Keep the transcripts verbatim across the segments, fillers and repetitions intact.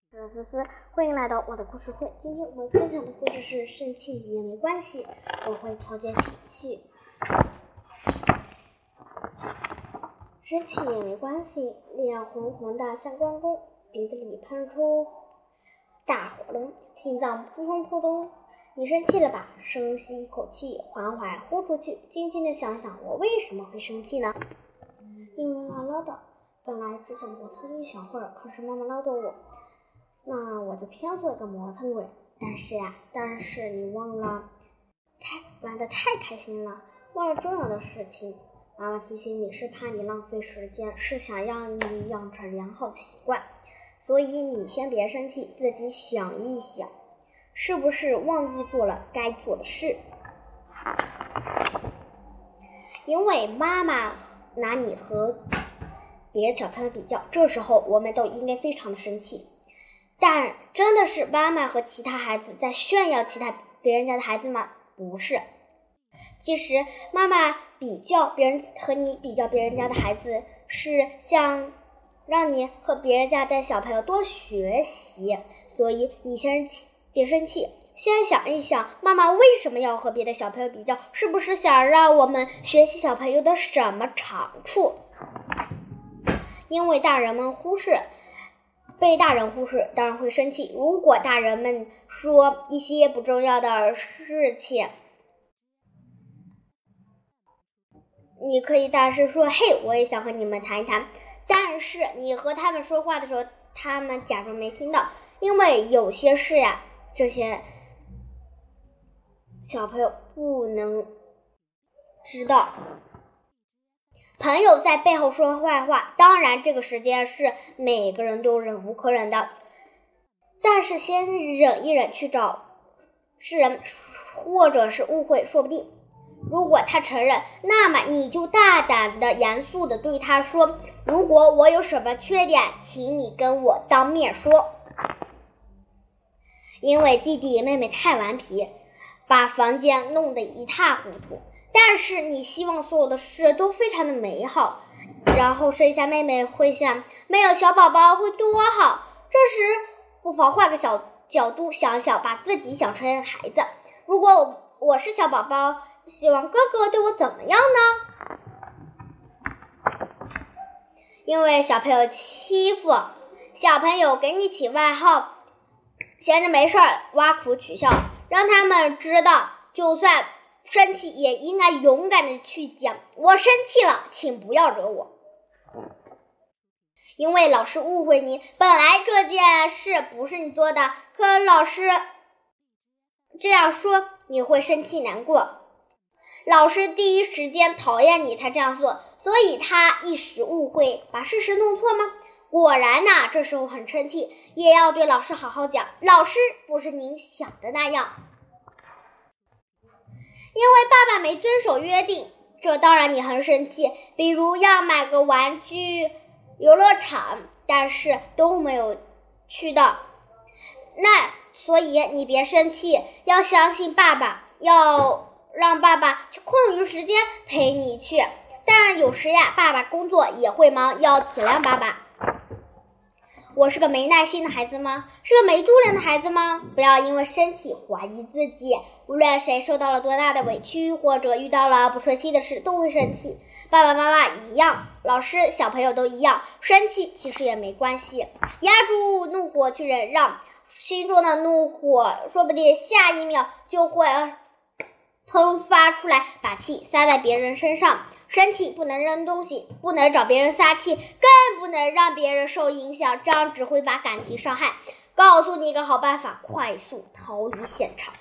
我是思思，欢迎来到我的故事会。今天我们分享的故事是生气也没关系，我会调节情绪。生气也没关系，脸红红的像关公，鼻子里喷出大火龙，心脏扑通扑通。你生气了吧？深吸一口气，缓缓呼出去，静静地想想，我为什么会生气呢？因为妈妈唠叨，本来只想磨蹭一小会儿，可是妈妈唠叨我，那我就偏做一个磨蹭鬼。但是呀，但是你忘了，太玩得太开心了，忘了重要的事情。妈妈提醒你是怕你浪费时间，是想让你养成良好的习惯。所以你先别生气，自己想一想，是不是忘记做了该做的事？因为妈妈拿你和别的小朋友比较，这时候我们都应该非常的生气。但真的是妈妈和其他孩子在炫耀其他别人家的孩子吗？不是。其实妈妈比较别人和你比较别人家的孩子，是想让你和别人家的小朋友多学习。所以你先别生气，先想一想，妈妈为什么要和别的小朋友比较？是不是想让我们学习小朋友的什么长处？因为大人们忽视被大人忽视，当然会生气。如果大人们说一些不重要的事情，你可以大声说，嘿，我也想和你们谈一谈。但是你和他们说话的时候，他们假装没听到，因为有些事呀，这些小朋友不能知道。朋友在背后说坏话，当然这个时间是每个人都忍无可忍的，但是先忍一忍，去找是人或者是误会说不定。如果他承认，那么你就大胆的严肃的对他说，如果我有什么缺点，请你跟我当面说。因为弟弟妹妹太顽皮，把房间弄得一塌糊涂，但是你希望所有的事都非常的美好，然后生下妹妹会想，没有小宝宝会多好。这时不妨换个小角度想想，把自己想成孩子，如果我是小宝宝，希望哥哥对我怎么样呢？因为小朋友欺负小朋友，给你起外号，闲着没事挖苦取笑，让他们知道就算生气也应该勇敢的去讲，我生气了，请不要惹我。因为老师误会你，本来这件事不是你做的，可老师这样说，你会生气难过。老师第一时间讨厌你才这样做，所以他一时误会，把事实弄错吗？果然呢，这时候很生气，也要对老师好好讲，老师不是您想的那样。因为爸爸没遵守约定，这当然你很生气，比如要买个玩具游乐场，但是都没有去到，那所以你别生气，要相信爸爸，要让爸爸去空余时间陪你去。但有时呀，爸爸工作也会忙，要体谅爸爸。我是个没耐心的孩子吗？是个没度量的孩子吗？不要因为生气怀疑自己，无论谁受到了多大的委屈，或者遇到了不顺心的事，都会生气。爸爸妈妈一样，老师小朋友都一样，生气其实也没关系，压住怒火去忍让，心中的怒火说不定下一秒就会喷发出来，把气撒在别人身上。生气不能扔东西，不能找别人撒气，更不能让别人受影响，这样只会把感情伤害。告诉你一个好办法，快速逃离现场。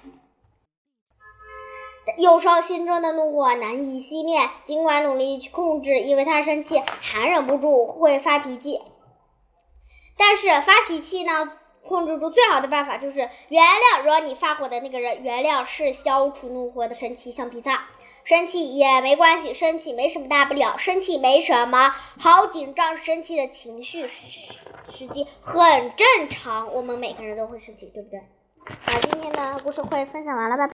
有时候心中的怒火难以熄灭，尽管努力去控制，因为他生气还忍不住会发脾气。但是发脾气呢，控制住最好的办法就是原谅惹你发火的那个人，原谅是消除怒火的神奇橡皮擦。生气也没关系，生气没什么大不了，生气没什么好紧张，生气的情绪实际很正常，我们每个人都会生气，对不对？好，今天的故事会分享完了，拜拜。